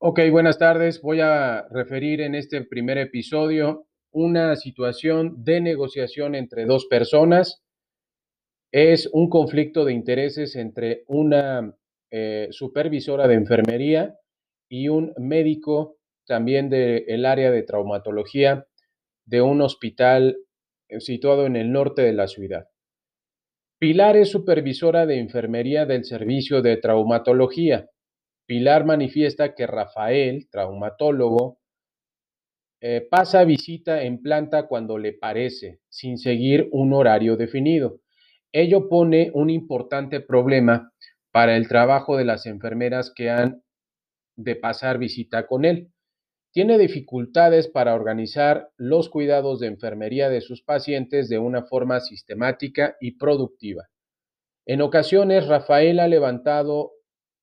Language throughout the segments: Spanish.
Ok, buenas tardes. Voy a referir en este primer episodio una situación de negociación entre dos personas. Es un conflicto de intereses entre una supervisora de enfermería y un médico también del área de traumatología de un hospital situado en el norte de la ciudad. Pilar es supervisora de enfermería del servicio de traumatología. Pilar manifiesta que Rafael, traumatólogo, pasa visita en planta cuando le parece, sin seguir un horario definido. Ello pone un importante problema para el trabajo de las enfermeras que han de pasar visita con él. Tiene dificultades para organizar los cuidados de enfermería de sus pacientes de una forma sistemática y productiva. En ocasiones, Rafael ha levantado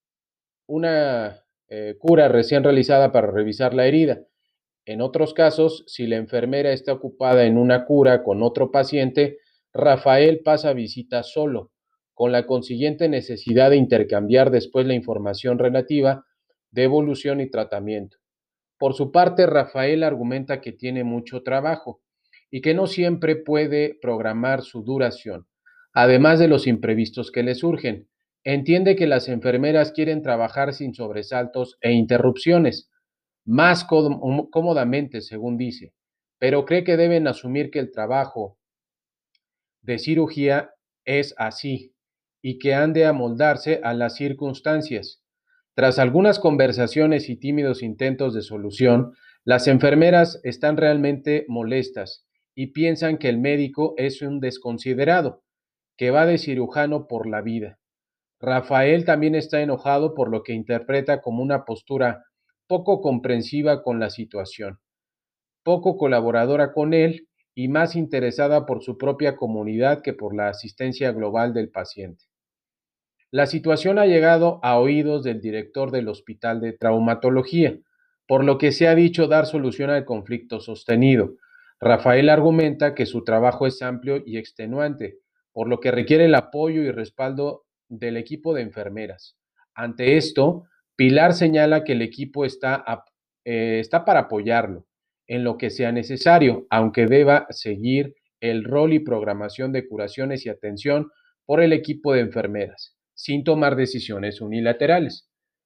una cura recién realizada para revisar la herida. En otros casos, si la enfermera está ocupada en una cura con otro paciente, Rafael pasa visita solo, con la consiguiente necesidad de intercambiar después la información relativa de evolución y tratamiento. Por su parte, Rafael argumenta que tiene mucho trabajo y que no siempre puede programar su duración, además de los imprevistos que le surgen. Entiende que las enfermeras quieren trabajar sin sobresaltos e interrupciones, más cómodamente, según dice, pero cree que deben asumir que el trabajo de cirugía es así y que han de amoldarse a las circunstancias. Tras algunas conversaciones y tímidos intentos de solución, las enfermeras están realmente molestas y piensan que el médico es un desconsiderado, que va de cirujano por la vida. Rafael también está enojado por lo que interpreta como una postura poco comprensiva con la situación, poco colaboradora con él y más interesada por su propia comunidad que por la asistencia global del paciente. La situación ha llegado a oídos del director del Hospital de Traumatología, por lo que se ha dicho dar solución al conflicto sostenido. Rafael argumenta que su trabajo es amplio y extenuante, por lo que requiere el apoyo y respaldo del equipo de enfermeras. Ante esto, Pilar señala que el equipo está para apoyarlo en lo que sea necesario, aunque deba seguir el rol y programación de curaciones y atención por el equipo de enfermeras, sin tomar decisiones unilaterales.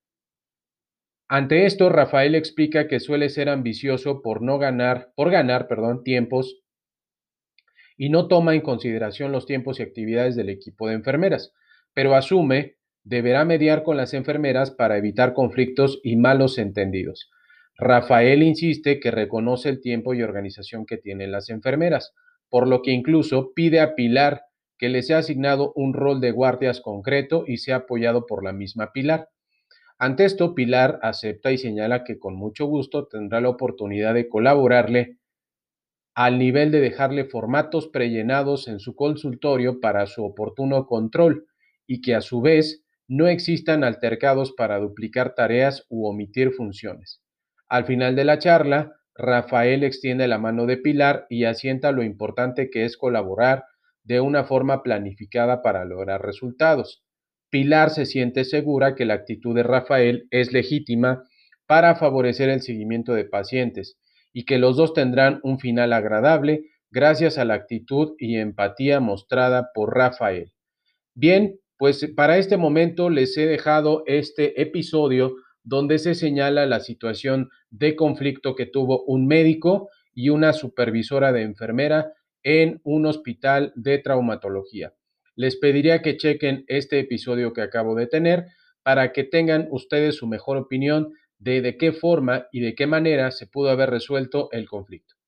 Ante esto, Rafael explica que suele ser ambicioso por ganar tiempos y no toma en consideración los tiempos y actividades del equipo de enfermeras, pero asume deberá mediar con las enfermeras para evitar conflictos y malos entendidos. Rafael insiste que reconoce el tiempo y organización que tienen las enfermeras, por lo que incluso pide a Pilar que le sea asignado un rol de guardias concreto y sea apoyado por la misma Pilar. Ante esto, Pilar acepta y señala que con mucho gusto tendrá la oportunidad de colaborarle al nivel de dejarle formatos prellenados en su consultorio para su oportuno control y que a su vez no existan altercados para duplicar tareas u omitir funciones. Al final de la charla, Rafael extiende la mano de Pilar y asienta lo importante que es colaborar de una forma planificada para lograr resultados. Pilar se siente segura que la actitud de Rafael es legítima para favorecer el seguimiento de pacientes y que los dos tendrán un final agradable gracias a la actitud y empatía mostrada por Rafael. Bien, pues para este momento les he dejado este episodio donde se señala la situación de conflicto que tuvo un médico y una supervisora de enfermera en un hospital de traumatología. Les pediría que chequen este episodio que acabo de tener para que tengan ustedes su mejor opinión de qué forma y de qué manera se pudo haber resuelto el conflicto.